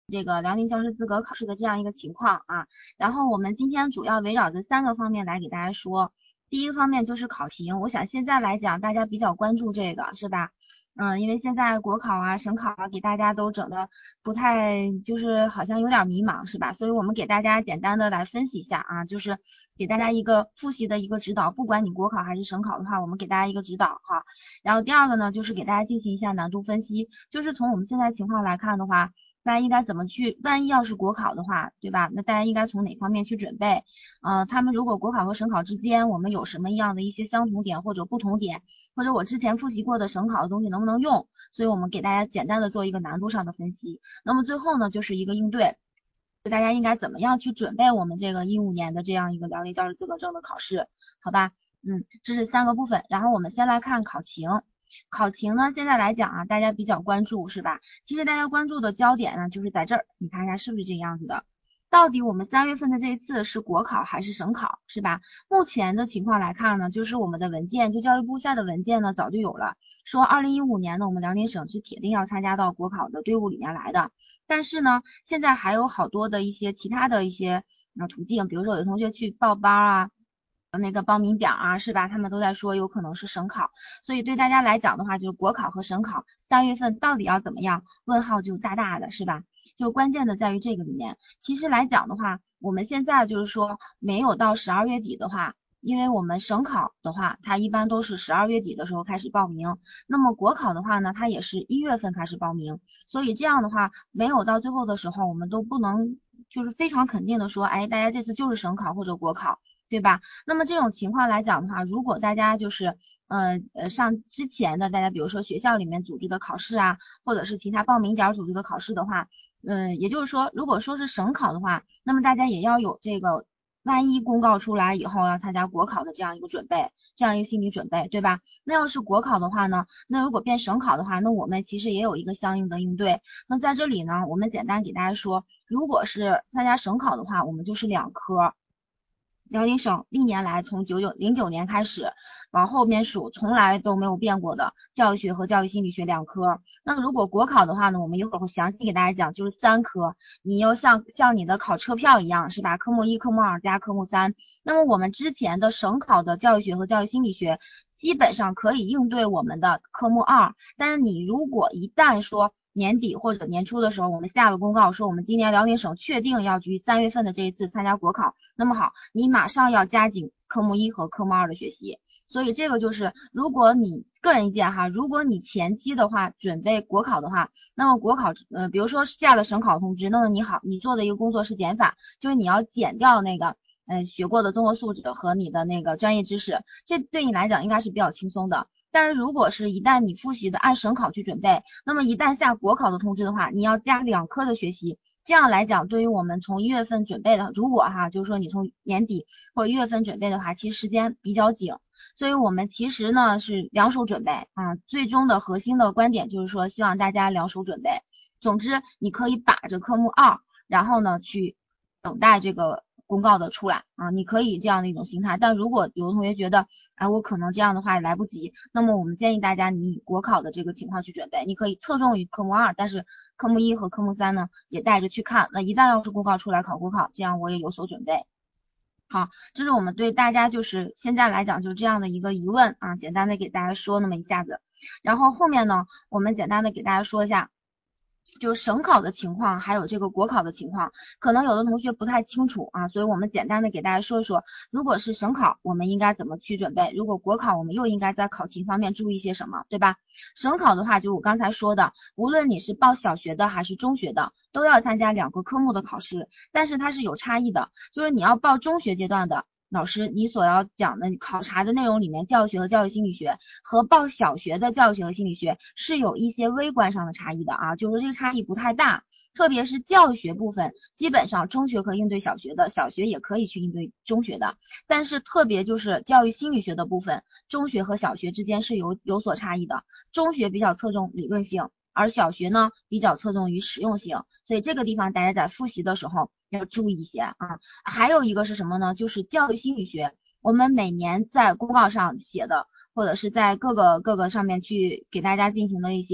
这个辽宁教师资格考试的这样一个情况啊。然后我们今天主要围绕着3个方面来给大家说。第一个方面就是考评，我想现在来讲大家比较关注这个是吧？因为现在国考啊、省考啊给大家都整的不太，就是好像有点迷茫是吧？所以我们给大家简单的来分析一下啊，就是给大家一个复习的一个指导，不管你国考还是省考的话，我们给大家一个指导哈。然后第二个呢，就是给大家进行一下难度分析，就是从我们现在情况来看的话，大家应该怎么去，万一要是国考的话，对吧？那大家应该从哪方面去准备？他们如果国考和省考之间，我们有什么样的一些相同点或者不同点，或者我之前复习过的省考的东西能不能用？所以我们给大家简单的做一个难度上的分析。那么最后呢，就是一个应对，就大家应该怎么样去准备我们这个15年的这样一个辽宁教师资格证的考试，好吧？这是3个部分。然后我们先来看考情。考情呢，现在来讲啊，大家比较关注是吧？其实大家关注的焦点呢，就是在这儿，你看一下是不是这个样子的？到底我们3月份的这一次是国考还是省考，是吧？目前的情况来看呢，就是我们的文件，就教育部下的文件呢，早就有了，说2015年呢，我们辽宁省是铁定要参加到国考的队伍里面来的。但是呢，现在还有好多的一些其他的一些途径，比如说有的同学去报班啊。那个报名表啊，是吧？他们都在说有可能是省考，所以对大家来讲的话，就是国考和省考3月份到底要怎么样？问号就大大的，是吧？就关键的在于这个里面。其实来讲的话，我们现在就是说没有到12月底的话，因为我们省考的话，它一般都是12月底的时候开始报名，那么国考的话呢，它也是1月份开始报名，所以这样的话，没有到最后的时候，我们都不能就是非常肯定的说，哎，大家这次就是省考或者国考。对吧？那么这种情况来讲的话，如果大家就是上之前的大家比如说学校里面组织的考试啊，或者是其他报名点组织的考试的话，也就是说，如果说是省考的话，那么大家也要有这个万一公告出来以后要参加国考的这样一个准备，这样一个心理准备，对吧？那要是国考的话呢，那如果变省考的话，那我们其实也有一个相应的应对。那在这里呢，我们简单给大家说，如果是参加省考的话，我们就是2科。辽宁省历年来从09年开始往后面数，从来都没有变过的教育学和教育心理学2科。那如果国考的话呢，我们一会儿会详细给大家讲，就是3科。你要像你的考车票一样，是吧？科目1、科目2加科目3。那么我们之前的省考的教育学和教育心理学，基本上可以应对我们的科目2。但是你如果一旦说年底或者年初的时候，我们下了公告说我们今年辽宁省确定要于3月份的这一次参加国考，那么好，你马上要加紧科目1和科目2的学习。所以这个就是，如果你个人意见哈，如果你前期的话准备国考的话，那么国考比如说下了省考通知，那么你好，你做的一个工作是减法，就是你要减掉那个学过的综合素质和你的那个专业知识，这对你来讲应该是比较轻松的。但是如果是一旦你复习的按省考去准备，那么一旦下国考的通知的话，你要加2科的学习。这样来讲，对于我们从1月份准备的，如果哈，就是说你从年底或者1月份准备的话，其实时间比较紧，所以我们其实呢是两手准备啊。最终的核心的观点就是说，希望大家两手准备。总之，你可以把着科目2，然后呢去等待这个公告的出来啊，你可以这样的一种心态。但如果有的同学觉得，哎，我可能这样的话也来不及，那么我们建议大家你以国考的这个情况去准备，你可以侧重于科目2，但是科目1和科目3呢也带着去看。那一旦要是公告出来考国考，这样我也有所准备。好，这是我们对大家就是现在来讲就是这样的一个疑问啊，简单的给大家说那么一下子。然后后面呢，我们简单的给大家说一下。就是省考的情况，还有这个国考的情况，可能有的同学不太清楚啊，所以我们简单的给大家说一说，如果是省考，我们应该怎么去准备？如果国考，我们又应该在考勤方面注意些什么，对吧？省考的话，就我刚才说的，无论你是报小学的还是中学的，都要参加2个科目的考试，但是它是有差异的，就是你要报中学阶段的。老师，你所要讲的考察的内容里面，教育学和教育心理学和报小学的教育学和心理学是有一些微观上的差异的啊，就是这个差异不太大。特别是教育学部分，基本上中学可以应对小学的，小学也可以去应对中学的。但是特别就是教育心理学的部分，中学和小学之间是有所差异的。中学比较侧重理论性，而小学呢比较侧重于实用性，所以这个地方大家在复习的时候要注意一些啊。还有一个是什么呢？就是教育心理学，我们每年在公告上写的，或者是在各个上面去给大家进行的一些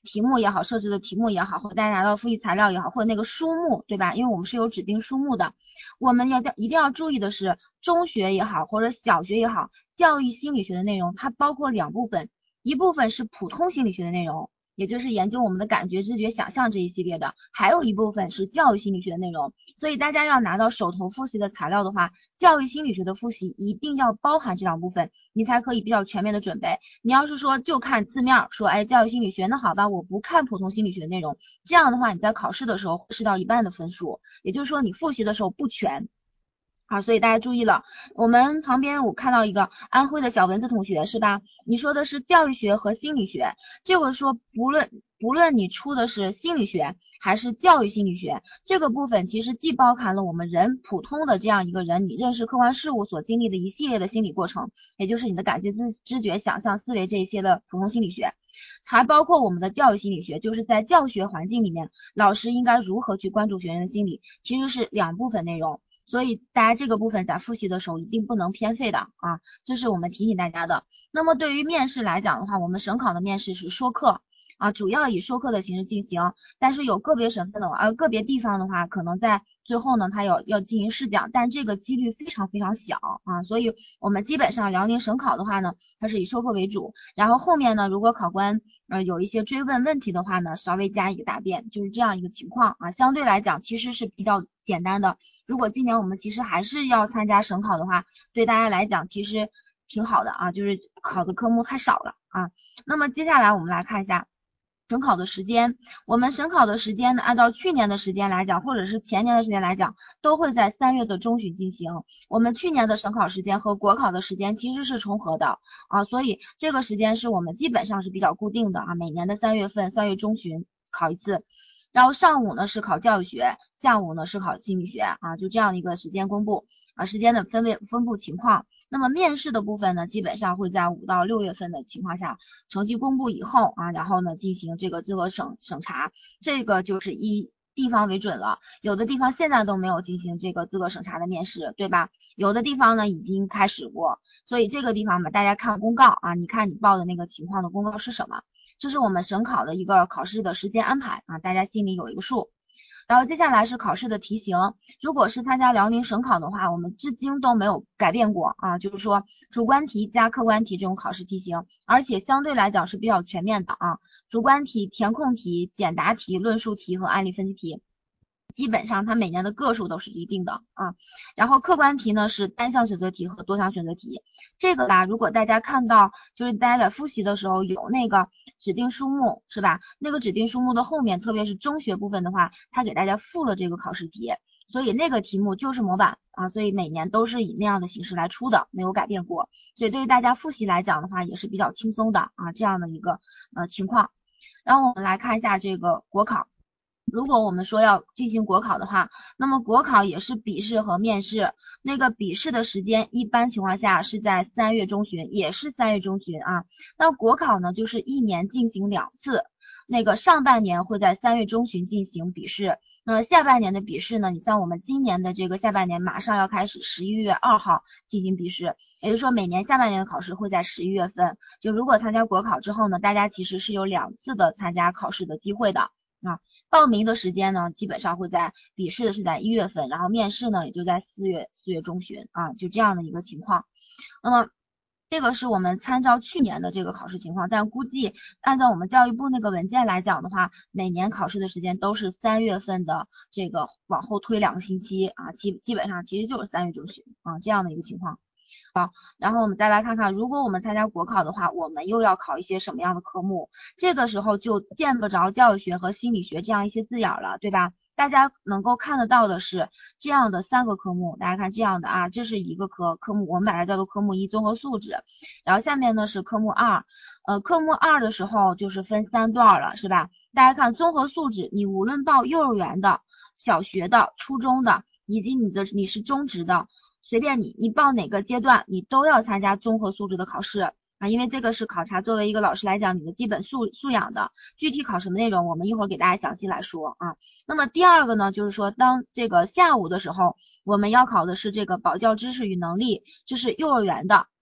题目也好，设置的题目也好，或者大家拿到复习材料也好，或者那个书目，对吧？因为我们是有指定书目的，我们一定要注意的是，中学也好，或者小学也好，教育心理学的内容它包括2部分，一部分是普通心理学的内容，也就是研究我们的感觉、知觉、想象这一系列的，还有一部分是教育心理学的内容。所以大家要拿到手头复习的材料的话，教育心理学的复习一定要包含这2部分，你才可以比较全面的准备。你要是说就看字面说，哎，教育心理学，那好吧，我不看普通心理学内容，这样的话你在考试的时候会失到一半的分数，也就是说你复习的时候不全。所以大家注意了，我们旁边我看到一个安徽的小蚊子同学是吧？你说的是教育学和心理学，这个说不论你出的是心理学还是教育心理学，这个部分其实既包含了我们人普通的这样一个人，你认识客观事物所经历的一系列的心理过程，也就是你的感觉、知觉、想象、思维这一些的普通心理学，还包括我们的教育心理学，就是在教学环境里面，老师应该如何去关注学生的心理，其实是2部分内容。所以大家这个部分在复习的时候一定不能偏废的啊，这是我们提醒大家的。那么对于面试来讲的话，我们省考的面试是说课主要以说课的形式进行，但是有个别省份的个别地方的话，可能在最后呢，它要进行试讲，但这个几率非常非常小所以我们基本上辽宁省考的话呢，它是以说课为主，然后后面呢，如果考官有一些追问问题的话呢，稍微加一个答辩，就是这样一个情况相对来讲其实是比较简单的。如果今年我们其实还是要参加省考的话，对大家来讲其实挺好的就是考的科目太少了那么接下来我们来看一下省考的时间，我们省考的时间呢，按照去年的时间来讲，或者是前年的时间来讲，都会在3月的中旬进行。我们去年的省考时间和国考的时间其实是重合的所以这个时间是我们基本上是比较固定的每年的3月份3月中旬考一次。然后上午呢是考教育学，下午呢是考心理学就这样一个时间公布时间的分布情况。那么面试的部分呢，基本上会在5到6月份的情况下，成绩公布以后然后呢进行这个资格审查，这个就是以地方为准了。有的地方现在都没有进行这个资格审查的面试，对吧？有的地方呢已经开始过，所以这个地方嘛，大家看公告你看你报的那个情况的公告是什么？这是我们省考的一个考试的时间安排大家心里有一个数。然后接下来是考试的题型，如果是参加辽宁省考的话，我们至今都没有改变过就是说主观题加客观题这种考试题型，而且相对来讲是比较全面的主观题、填空题、简答题、论述题和案例分析题。基本上它每年的个数都是一定的然后客观题呢是单项选择题和多项选择题。这个吧，如果大家看到就是大家在复习的时候有那个指定书目是吧？那个指定书目的后面，特别是中学部分的话，它给大家附了这个考试题，所以那个题目就是模板所以每年都是以那样的形式来出的，没有改变过。所以对于大家复习来讲的话，也是比较轻松的这样的一个情况。然后我们来看一下这个国考。如果我们说要进行国考的话，那么国考也是笔试和面试，那个笔试的时间一般情况下是在3月中旬，也是3月中旬那国考呢就是1年进行2次，那个上半年会在3月中旬进行笔试，那下半年的笔试呢，你像我们今年的这个下半年马上要开始11月2号进行笔试，也就是说每年下半年的考试会在11月份，就如果参加国考之后呢，大家其实是有2次的参加考试的机会的报名的时间呢，基本上会在笔试的是在1月份，然后面试呢也就在4月中旬就这样的一个情况。那么这个是我们参照去年的这个考试情况，但估计按照我们教育部那个文件来讲的话，每年考试的时间都是3月份的这个往后推2个星期基本上其实就是3月中旬这样的一个情况。然后我们再来看看，如果我们参加国考的话，我们又要考一些什么样的科目？这个时候就见不着教育学和心理学这样一些字眼了，对吧？大家能够看得到的是这样的3个科目，大家看这样的这是一个科目，我们把它叫做科目1综合素质，然后下面呢是科目2，科目2的时候就是分3段了，是吧？大家看综合素质，你无论报幼儿园的、小学的、初中的，以及你是中职的。随便你报哪个阶段，你都要参加综合素质的考试因为这个是考察作为一个老师来讲你的基本素养的，具体考什么内容，我们一会儿给大家详细来说那么第二个呢，就是说当这个下午的时候，我们要考的是这个保教知识与能力，这是幼儿园的。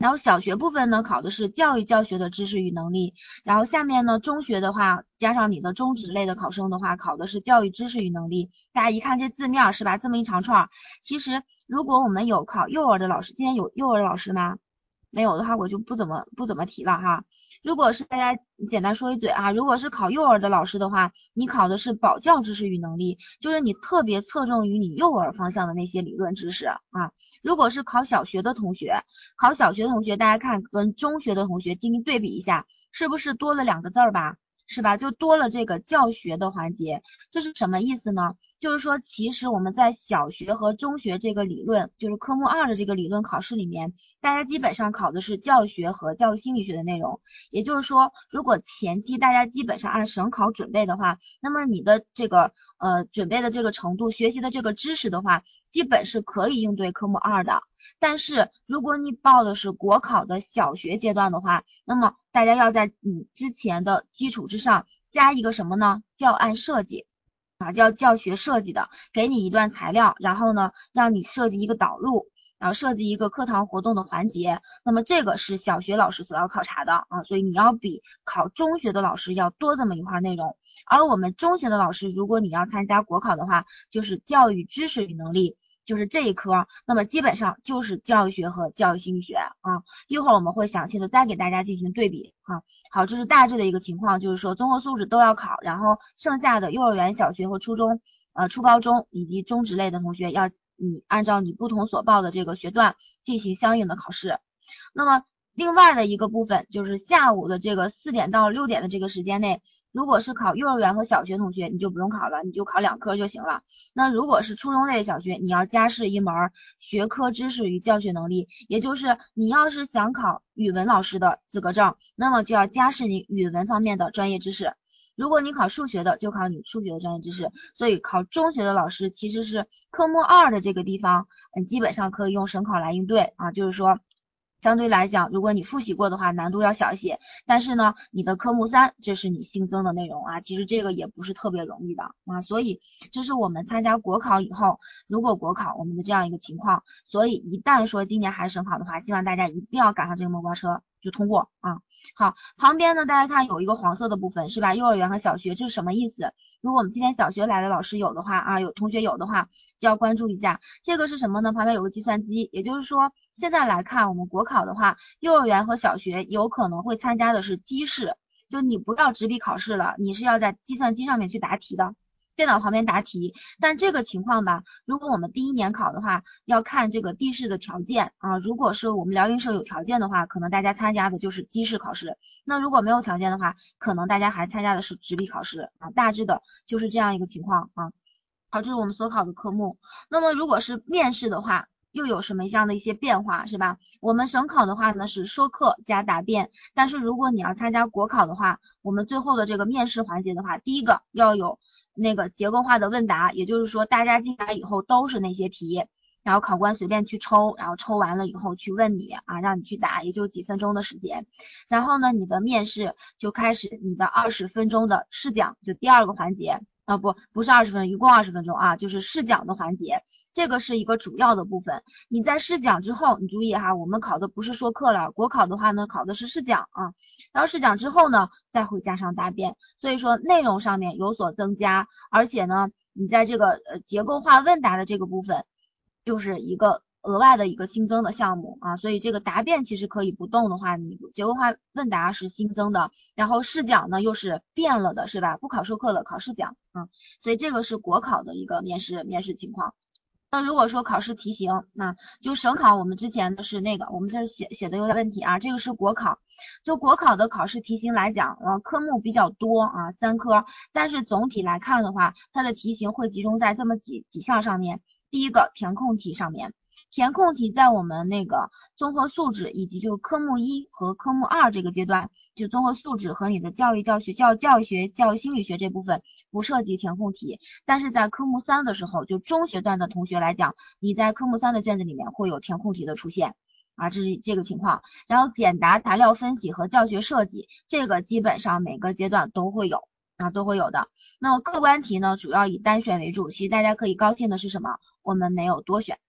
然后小学部分呢考的是教育教学的知识与能力，然后下面呢中学的话加上你的中职类的考生的话考的是教育知识与能力。大家一看这字面是吧，这么一长串，其实如果我们有考幼儿的老师，今天有幼儿的老师吗？没有的话我就不怎么提了哈。如果是大家简单说一嘴啊，如果是考幼儿的老师的话，你考的是保教知识与能力，就是你特别侧重于你幼儿方向的那些理论知识啊。如果是考小学的同学，大家看跟中学的同学进行对比一下，是不是多了2个字儿吧？是吧？就多了这个教学的环节，这是什么意思呢？就是说，其实我们在小学和中学这个理论，就是科目2的这个理论考试里面，大家基本上考的是教学和教育心理学的内容。也就是说，如果前期大家基本上按省考准备的话，那么你的这个准备的这个程度，学习的这个知识的话，基本是可以应对科目2的。但是如果你报的是国考的小学阶段的话，那么大家要在你之前的基础之上加一个什么呢？教案设计。叫教学设计的，给你一段材料，然后呢，让你设计一个导入，然后设计一个课堂活动的环节。那么这个是小学老师所要考察的啊，所以你要比考中学的老师要多这么一块内容。而我们中学的老师，如果你要参加国考的话，就是教育知识与能力。就是这一科，那么基本上就是教育学和教育心理学啊。一会儿我们会详细的再给大家进行对比啊。好，这是大致的一个情况，就是说综合素质都要考，然后剩下的幼儿园、小学和初中、初高中以及中职类的同学，要你按照你不同所报的这个学段进行相应的考试。那么另外的一个部分就是下午的这个4点到6点的这个时间内，如果是考幼儿园和小学同学，你就不用考了，你就考2科就行了。那如果是初中类的小学，你要加试一门学科知识与教学能力，也就是你要是想考语文老师的资格证，那么就要加试你语文方面的专业知识。如果你考数学的，就考你数学的专业知识。所以考中学的老师其实是科目2的这个地方，基本上可以用省考来应对啊，就是说相对来讲，如果你复习过的话，难度要小一些。但是呢，你的科目3，这是你新增的内容啊，其实这个也不是特别容易的啊。所以这是我们参加国考以后，如果国考我们的这样一个情况。所以一旦说今年还省考的话，希望大家一定要赶上这个末班车，就通过啊。好，旁边呢，大家看有一个黄色的部分是吧？幼儿园和小学，这是什么意思？如果我们今天小学来的老师有的话啊，有同学有的话，就要关注一下。这个是什么呢？旁边有个计算机，也就是说现在来看我们国考的话，幼儿园和小学有可能会参加的是机试，就你不要纸笔考试了，你是要在计算机上面去答题的。电脑旁边答题，但这个情况吧，如果我们第1年考的话，要看这个地市的条件啊。如果是我们辽宁省有条件的话，可能大家参加的就是机试考试。那如果没有条件的话，可能大家还参加的是纸笔考试啊。大致的就是这样一个情况啊。好，这是我们所考的科目。那么如果是面试的话，又有什么样的一些变化是吧？我们省考的话呢是说课加答辩，但是如果你要参加国考的话，我们最后的这个面试环节的话，第一个要有那个结构化的问答，也就是说大家进来以后都是那些题，然后考官随便去抽，然后抽完了以后去问你啊，让你去答，也就几分钟的时间。然后呢，你的面试就开始你的20分钟的试讲，就第2个环节。不是20分钟，一共20分钟啊，就是试讲的环节，这个是一个主要的部分。你在试讲之后，你注意哈，我们考的不是说课了，国考的话呢，考的是试讲啊。然后试讲之后呢，再会加上答辩，所以说内容上面有所增加，而且呢，你在这个结构化问答的这个部分，就是一个额外的一个新增的项目啊，所以这个答辩其实可以不动的话，你结构化问答是新增的，然后试讲呢又是变了的，是吧？不考授课的，考试讲啊，所以这个是国考的一个面试情况。那如果说考试题型，那就省考我们之前的是那个，我们这写的有点问题啊，这个是国考，就国考的考试题型来讲，科目比较多啊，3科，但是总体来看的话，它的题型会集中在这么几项上面。第一个填空题上面，填空题在我们那个综合素质以及就是科目1和科目2这个阶段，就综合素质和你的教育教学、教育学、教育心理学这部分不涉及填空题，但是在科目3的时候，就中学段的同学来讲，你在科目3的卷子里面会有填空题的出现啊，这是这个情况。然后简答、材料分析和教学设计，这个基本上每个阶段都会有啊，都会有的。那么客观题呢，主要以单选为主，其实大家可以高兴的是什么？我们没有多选。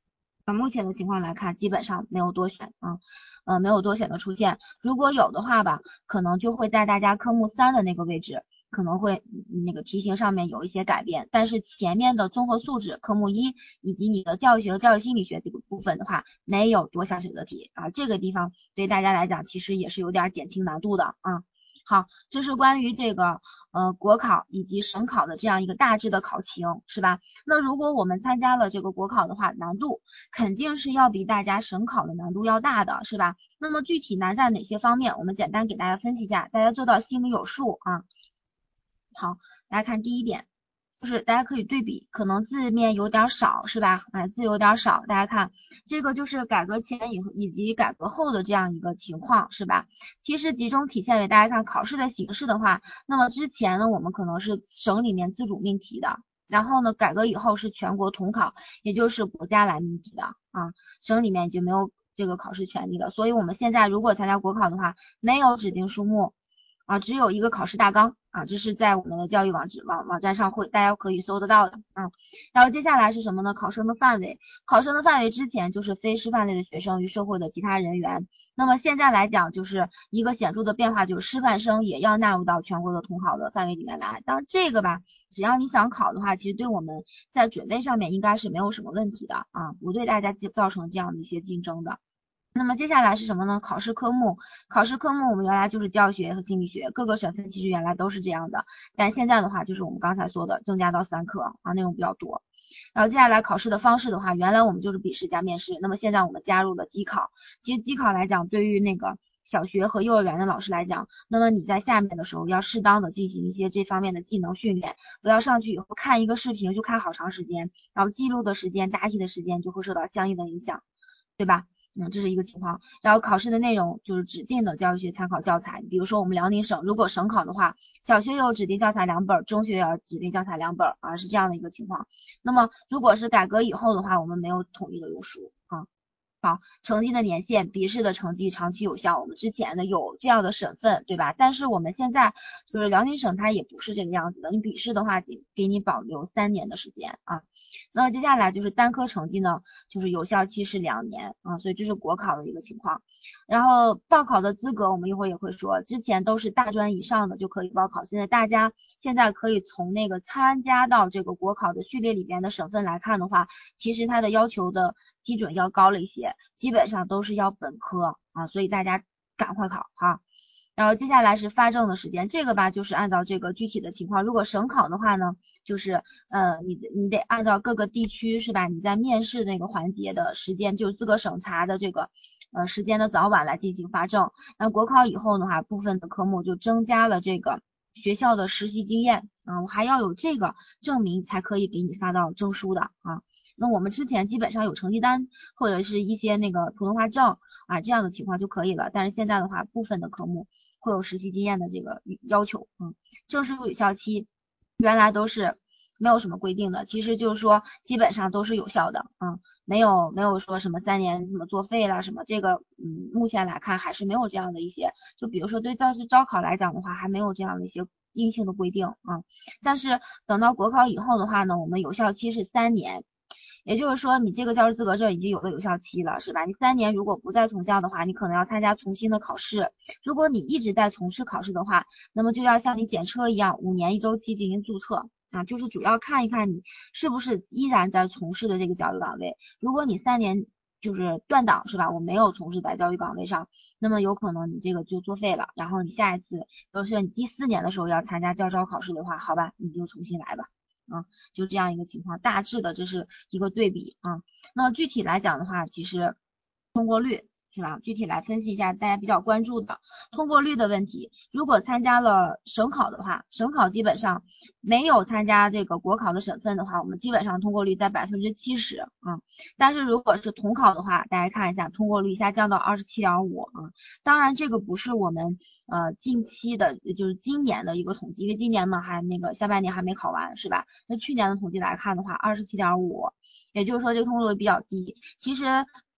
目前的情况来看，基本上没有多选没有多选的出现。如果有的话吧，可能就会在大家科目3的那个位置，可能会那个题型上面有一些改变。但是前面的综合素质科目1以及你的教育学和教育心理学这个部分的话，没有多项选择题啊，这个地方对大家来讲其实也是有点减轻难度的啊。好，这是关于这个国考以及省考的这样一个大致的考情，是吧？那如果我们参加了这个国考的话，难度肯定是要比大家省考的难度要大的，是吧？那么具体难在哪些方面？我们简单给大家分析一下，大家做到心里有数啊。好，大家看第一点。就是大家可以对比，可能字面有点少，是吧？字有点少，大家看这个就是改革前以及改革后的这样一个情况，是吧？其实集中体现为大家看考试的形式的话，那么之前呢，我们可能是省里面自主命题的，然后呢，改革以后是全国统考，也就是国家来命题的啊，省里面就没有这个考试权利了。所以我们现在如果参加国考的话，没有指定书目。只有一个考试大纲啊，这是在我们的教育网站上大家可以搜得到的然后接下来是什么呢？考生的范围，考生的范围之前就是非师范类的学生与社会的其他人员，那么现在来讲就是一个显著的变化，就是师范生也要纳入到全国的统考的范围里面来。当然这个吧，只要你想考的话，其实对我们在准备上面应该是没有什么问题的啊，不对大家造成这样的一些竞争的。那么接下来是什么呢？考试科目，考试科目我们原来就是教育学和心理学，各个省份其实原来都是这样的，但是现在的话就是我们刚才说的增加到3科啊，内容比较多。然后接下来考试的方式的话，原来我们就是笔试加面试，那么现在我们加入了机考。其实机考来讲，对于那个小学和幼儿园的老师来讲，那么你在下面的时候要适当的进行一些这方面的技能训练，不要上去以后看一个视频就看好长时间，然后记录的时间、答题的时间就会受到相应的影响，对吧？这是一个情况。然后考试的内容就是指定的教育学参考教材，比如说我们辽宁省如果省考的话，小学有指定教材2本，中学也要指定教材2本啊，是这样的一个情况。那么如果是改革以后的话，我们没有统一的用书啊。好，成绩的年限，笔试的成绩长期有效，我们之前的有这样的省份，对吧？但是我们现在就是辽宁省，它也不是这个样子的。你笔试的话，给你保留3年的时间啊。那么接下来就是单科成绩呢，就是有效期是2年啊，所以这是国考的一个情况。然后报考的资格，我们一会儿也会说，之前都是大专以上的就可以报考，现在可以从那个参加到这个国考的序列里边的省份来看的话，其实它的要求的基准要高了一些，基本上都是要本科啊，所以大家赶快考哈。然后接下来是发证的时间，这个吧就是按照这个具体的情况，如果省考的话呢，就是你得按照各个地区是吧？你在面试那个环节的时间，就是资格审查的这个时间的早晚来进行发证。那国考以后的话，部分的科目就增加了这个学校的实习经验我还要有这个证明才可以给你发到证书的啊。那我们之前基本上有成绩单或者是一些那个普通话证这样的情况就可以了，但是现在的话，部分的科目会有实习经验的这个要求证书有效期原来都是没有什么规定的，其实就是说基本上都是有效的没有说什么3年怎么作废了什么这个目前来看还是没有这样的一些，就比如说对招考来讲的话，还没有这样的一些硬性的规定但是等到国考以后的话呢，我们有效期是3年。也就是说，你这个教师资格证已经有了有效期了，是吧？你3年如果不再从教的话，你可能要参加重新的考试。如果你一直在从事考试的话，那么就要像你检车一样，5年1周期进行注册就是主要看一看你是不是依然在从事的这个教育岗位。如果你3年就是断档，是吧？我没有从事在教育岗位上，那么有可能你这个就作废了。然后你下一次，比如说你第4年的时候要参加教招考试的话，好吧，你就重新来吧。就这样一个情况，大致的这是一个对比那具体来讲的话，其实通过率是吧？具体来分析一下大家比较关注的通过率的问题。如果参加了省考的话，省考基本上没有参加这个国考的省份的话，我们基本上通过率在70%但是如果是统考的话，大家看一下通过率下降到27.5当然这个不是我们近期的，就是今年的一个统计，因为今年嘛还那个下半年还没考完是吧？那去年的统计来看的话，27.5，也就是说这个通过率比较低。其实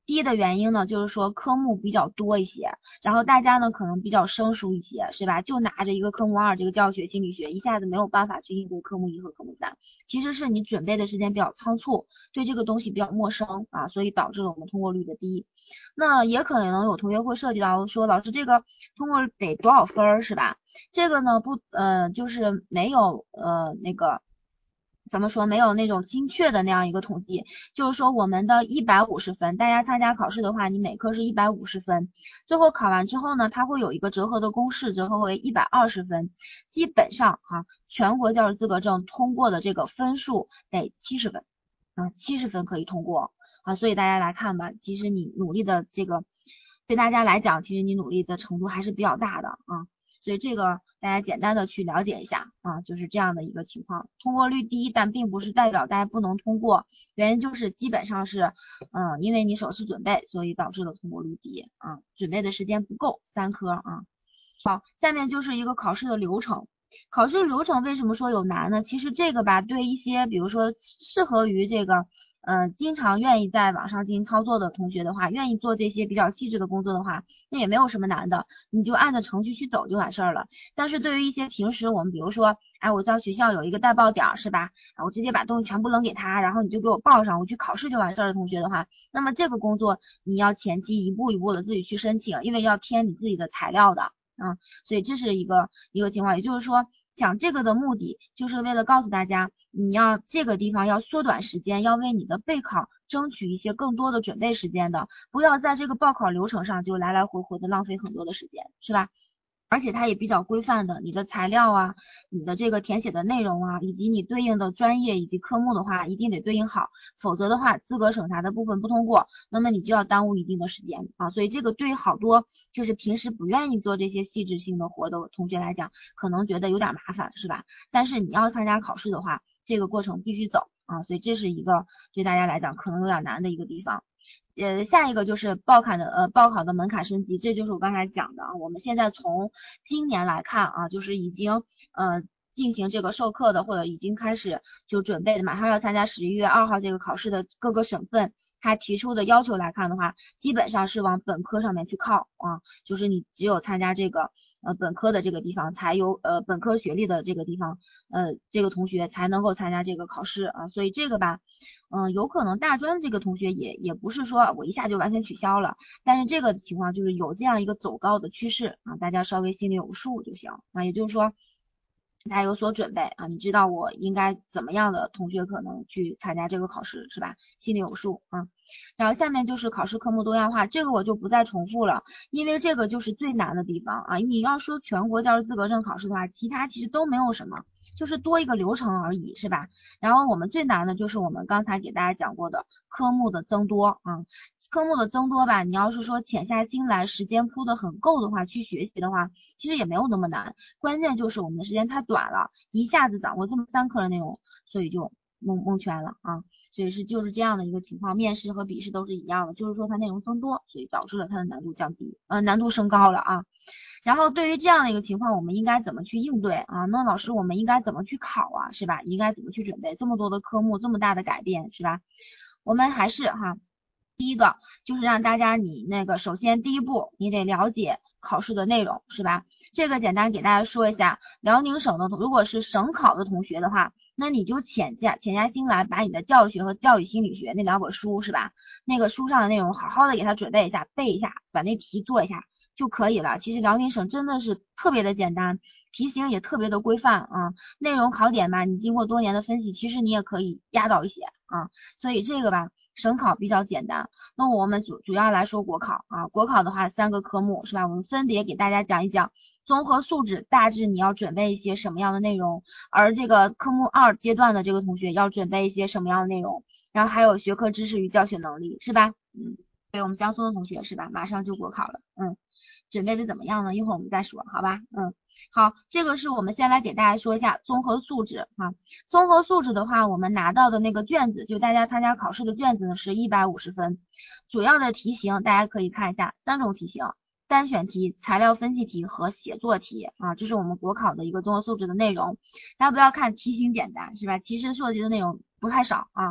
低的原因呢，就是说科目比较多一些，然后大家呢可能比较生疏一些，是吧？就拿着一个科目2这个教学心理学，一下子没有办法去应对科目1和科目3，其实是你准备的时间比较仓促，对这个东西比较陌生啊，所以导致了我们通过率的低。那也可能有同学会涉及到说，老师这个通过得多少分儿，是吧？这个呢就是没有那个。怎么说没有那种精确的那样一个统计，就是说我们的150分，大家参加考试的话，你每科是150分，最后考完之后呢，它会有一个折合的公式，折合为120分，基本上全国教师资格证通过的这个分数得70分，70分可以通过所以大家来看吧，其实你努力的这个对大家来讲，其实你努力的程度还是比较大的所以这个大家简单的去了解一下就是这样的一个情况。通过率低，但并不是代表大家不能通过，原因就是基本上是因为你首次准备，所以导致了通过率低准备的时间不够，3科好，下面就是一个考试的流程。考试流程为什么说有难呢？其实这个吧，对一些比如说适合于这个经常愿意在网上进行操作的同学的话，愿意做这些比较细致的工作的话，那也没有什么难的，你就按照程序去走就完事儿了。但是对于一些平时我们比如说，我到学校有一个带报点是吧？我直接把东西全部扔给他，然后你就给我报上，我去考试就完事儿的同学的话，那么这个工作你要前期一步一步的自己去申请，因为要填你自己的材料的所以这是一个情况，也就是说讲这个的目的就是为了告诉大家，你要这个地方要缩短时间，要为你的备考争取一些更多的准备时间的，不要在这个报考流程上就来来回回的浪费很多的时间，是吧？而且它也比较规范的，你的材料你的这个填写的内容以及你对应的专业以及科目的话，一定得对应好，否则的话，资格审查的部分不通过，那么你就要耽误一定的时间所以这个对于好多就是平时不愿意做这些细致性的活的同学来讲，可能觉得有点麻烦，是吧？但是你要参加考试的话，这个过程必须走所以这是一个对大家来讲可能有点难的一个地方。下一个就是报考的门槛升级，这就是我刚才讲的我们现在从今年来看就是已经进行这个授课的，或者已经开始就准备的，马上要参加11月2号这个考试的各个省份，他提出的要求来看的话，基本上是往本科上面去靠就是你只有参加这个本科的这个地方，才有本科学历的这个地方这个同学才能够参加这个考试所以这个吧有可能大专这个同学也不是说我一下就完全取消了，但是这个情况就是有这样一个走高的趋势大家稍微心里有数就行也就是说大家有所准备你知道我应该怎么样的同学可能去参加这个考试是吧？心里有数然后下面就是考试科目多样化，这个我就不再重复了，因为这个就是最难的地方你要说全国教师资格证考试的话，其他其实都没有什么，就是多一个流程而已，是吧？然后我们最难的就是我们刚才给大家讲过的科目的增多科目的增多吧，你要是说潜下心来，时间铺的很够的话，去学习的话，其实也没有那么难。关键就是我们的时间太短了，一下子掌握这么3科的内容，所以就蒙圈了所以就是这样的一个情况，面试和笔试都是一样的，就是说它内容增多，所以导致了它的难度降低，难度升高了然后对于这样的一个情况，我们应该怎么去应对那老师我们应该怎么去考是吧？应该怎么去准备这么多的科目，这么大的改变是吧？我们还是第一个就是让大家你那个首先第一步你得了解考试的内容是吧？这个简单给大家说一下，辽宁省的如果是省考的同学的话，那你就潜下心来，把你的教育学和教育心理学那2本书是吧？那个书上的内容好好的给他准备一下，背一下，把那题做一下就可以了。其实辽宁省真的是特别的简单，题型也特别的规范内容考点吧，你经过多年的分析，其实你也可以压倒一些所以这个吧。省考比较简单，那我们主要来说国考国考的话3个科目是吧？我们分别给大家讲一讲综合素质，大致你要准备一些什么样的内容，而这个科目2阶段的这个同学要准备一些什么样的内容，然后还有学科知识与教学能力是吧？对我们江苏的同学是吧？马上就国考了准备的怎么样呢？一会儿我们再说好吧好，这个是我们先来给大家说一下综合素质综合素质的话，我们拿到的那个卷子，就大家参加考试的卷子呢是150分，主要的题型大家可以看一下3种题型，单选题、材料分析题和写作题这是我们国考的一个综合素质的内容。大家不要看题型简单是吧？其实涉及的内容不太少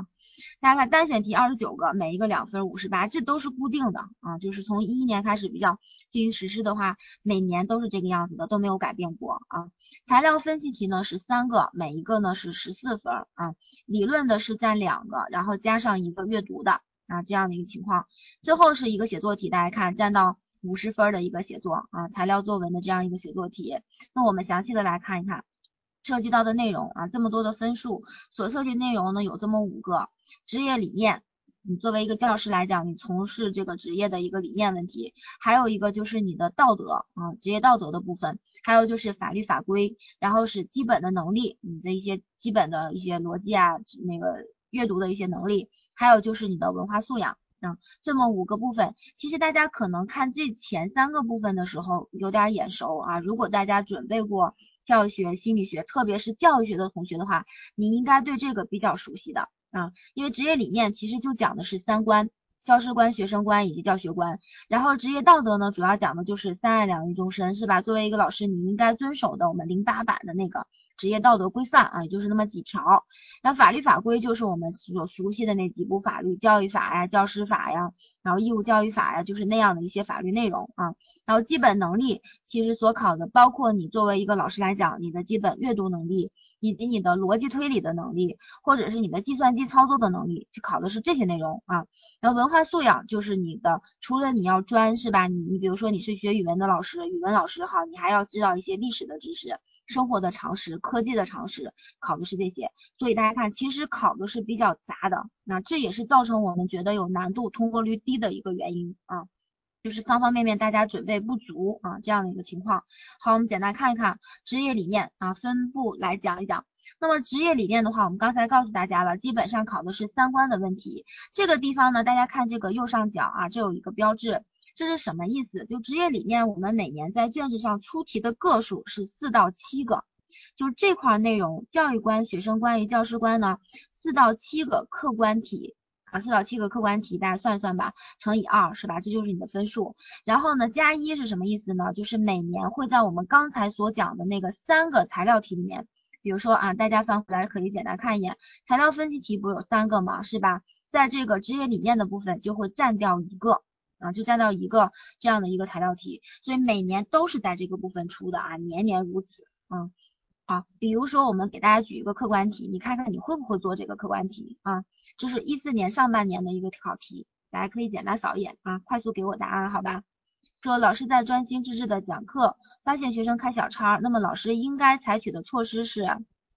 大家看单选题29个，每一个2分58，这都是固定的啊，就是从11年开始比较进行实施的话，每年都是这个样子的，都没有改变过啊。材料分析题呢是3个，每一个呢是14分啊，理论的是占2个，然后加上一个阅读的啊，这样的一个情况。最后是一个写作题，大家看占到50分的一个写作啊，材料作文的这样一个写作题。那我们详细的来看一看涉及到的内容啊，这么多的分数，所涉及内容呢有这么5个，职业理念。你作为一个教师来讲，你从事这个职业的一个理念问题，还有一个就是你的道德啊，职业道德的部分，还有就是法律法规，然后是基本的能力，你的一些基本的一些逻辑啊，那个阅读的一些能力，还有就是你的文化素养。这么5个部分，其实大家可能看这前3个部分的时候有点眼熟啊。如果大家准备过教育学、心理学，特别是教育学的同学的话，你应该对这个比较熟悉的啊。因为职业理念其实就讲的是3观，教师观、学生观以及教学观。然后职业道德呢，主要讲的就是3爱2育终身，是吧？作为一个老师，你应该遵守的我们08版的那个职业道德规范啊，也就是那么几条。然后法律法规就是我们所熟悉的那几部法律，教育法呀、教师法呀，然后义务教育法呀，就是那样的一些法律内容啊。然后基本能力其实所考的包括你作为一个老师来讲，你的基本阅读能力，以及你的逻辑推理的能力，或者是你的计算机操作的能力，考的是这些内容啊。然后文化素养就是你的，除了你要专是吧？你比如说你是学语文的老师，语文老师好，你还要知道一些历史的知识、生活的常识、科技的常识，考的是这些。所以大家看，其实考的是比较杂的，那这也是造成我们觉得有难度、通过率低的一个原因啊。就是方方面面大家准备不足啊，这样的一个情况。好，我们简单看一看职业理念啊，分布来讲一讲。那么职业理念的话，我们刚才告诉大家了，基本上考的是3观的问题。这个地方呢，大家看这个右上角啊，这有一个标志，这是什么意思？就职业理念，我们每年在卷子上出题的个数是4到7个，就这块内容，教育观、学生观与教师观呢，4到7个客观题。4到7个客观题，大家算一算吧，乘以2是吧？这就是你的分数。然后呢，加1是什么意思呢？就是每年会在我们刚才所讲的那个3个材料题里面，比如说啊，大家翻回来可以简单看一眼，材料分析题不是有3个吗？是吧？在这个职业理念的部分就会占掉1个啊，就占掉1个这样的一个材料题，所以每年都是在这个部分出的啊，年年如此。好，比如说我们给大家举一个客观题，你看看你会不会做这个客观题啊？这是14年上半年的一个考题，大家可以简单扫一眼啊，快速给我答案，好吧？说老师在专心致志的讲课，发现学生开小差，那么老师应该采取的措施是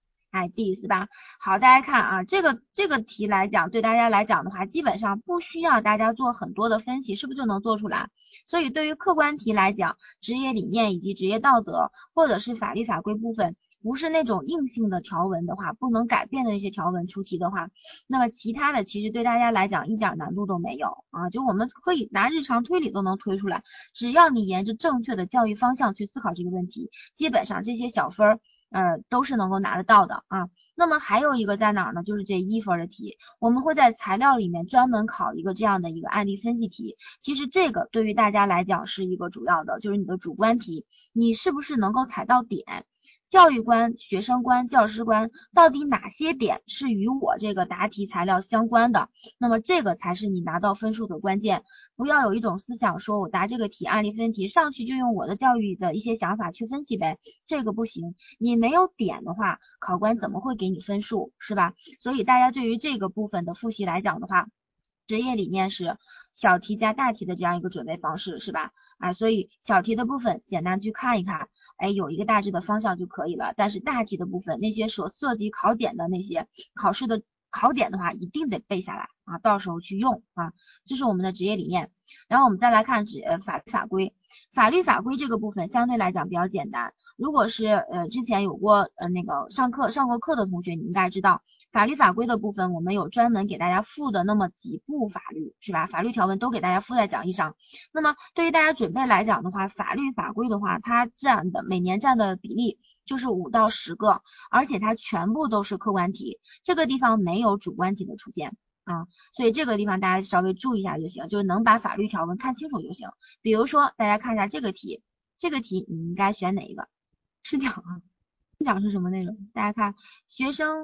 ，D 是吧？好，大家看啊，这个题来讲，对大家来讲的话，基本上不需要大家做很多的分析，是不是就能做出来？所以对于客观题来讲，职业理念以及职业道德或者是法律法规部分，不是那种硬性的条文的话，不能改变的一些条文出题的话，那么其他的其实对大家来讲一点难度都没有啊，就我们可以拿日常推理都能推出来，只要你沿着正确的教育方向去思考这个问题，基本上这些小分都是能够拿得到的啊。那么还有一个在哪儿呢？就是这1分的题，我们会在材料里面专门考一个这样的一个案例分析题。其实这个对于大家来讲是一个主要的，就是你的主观题，你是不是能够踩到点？教育观、学生观、教师观，到底哪些点是与我这个答题材料相关的？那么这个才是你拿到分数的关键。不要有一种思想说我答这个题案例分题上去就用我的教育的一些想法去分析呗，这个不行。你没有点的话，考官怎么会给你分数，是吧？所以大家对于这个部分的复习来讲的话，职业理念是小题加大题的这样一个准备方式，是吧？所以小题的部分简单去看一看，有一个大致的方向就可以了。但是大题的部分，那些所涉及考点的那些考试的考点的话，一定得背下来啊，到时候去用啊。这是我们的职业理念。然后我们再来看法律法规，法律法规这个部分相对来讲比较简单。如果是之前有过那个上过课的同学，你应该知道。法律法规的部分，我们有专门给大家附的那么几部法律，是吧？法律条文都给大家附在讲义上。那么对于大家准备来讲的话，法律法规的话，它每年占的比例就是5到10个，而且它全部都是客观题，这个地方没有主观题的出现啊，所以这个地方大家稍微注意一下就行，就能把法律条文看清楚就行。比如说大家看一下这个题，这个题你应该选哪一个？试讲啊，试讲是什么内容？大家看学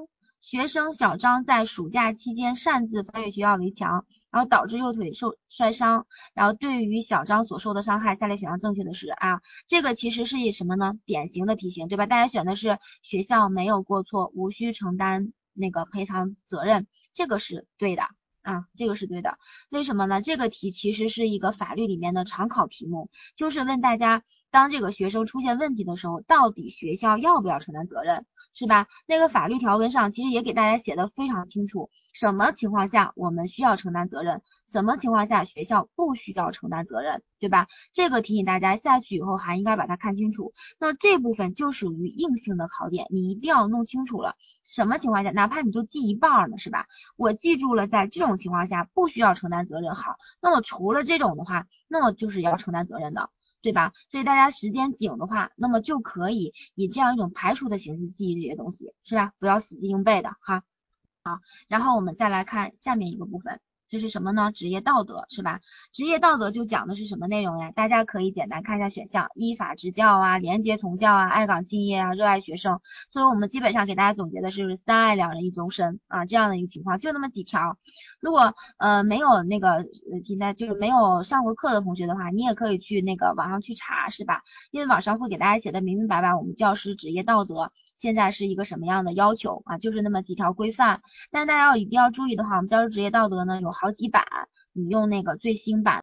学生小张在暑假期间擅自翻越学校围墙，然后导致右腿摔伤。然后对于小张所受的伤害，下列选项正确的是啊，这个其实是以什么呢？典型的题型，对吧？大家选的是学校没有过错，无需承担那个赔偿责任，这个是对的。啊，这个是对的。为什么呢？这个题其实是一个法律里面的常考题目，就是问大家，当这个学生出现问题的时候，到底学校要不要承担责任，是吧？那个法律条文上其实也给大家写的非常清楚，什么情况下我们需要承担责任，什么情况下学校不需要承担责任，对吧？这个提醒大家下去以后还应该把它看清楚。那这部分就属于硬性的考点，你一定要弄清楚了，什么情况下，哪怕你就记一半呢，是吧？我记住了，在这种情况下不需要承担责任。好，那么除了这种的话，那么就是要承担责任的，对吧？所以大家时间紧的话，那么就可以以这样一种排除的形式记忆这些东西，是吧？不要死记硬背的哈。然后我们再来看下面一个部分，这是什么呢？职业道德，是吧？职业道德就讲的是什么内容呀？大家可以简单看一下选项：依法执教啊，廉洁从教啊，爱岗敬业啊，热爱学生。所以我们基本上给大家总结的是三爱两人一终身啊，这样的一个情况，就那么几条。如果没有那个现在就是没有上过课的同学的话，你也可以去那个网上去查，是吧？因为网上会给大家写的明明白白，我们教师职业道德现在是一个什么样的要求啊，就是那么几条规范。但大家一定要注意的话，我们教师职业道德呢有好几版，你用那个最新版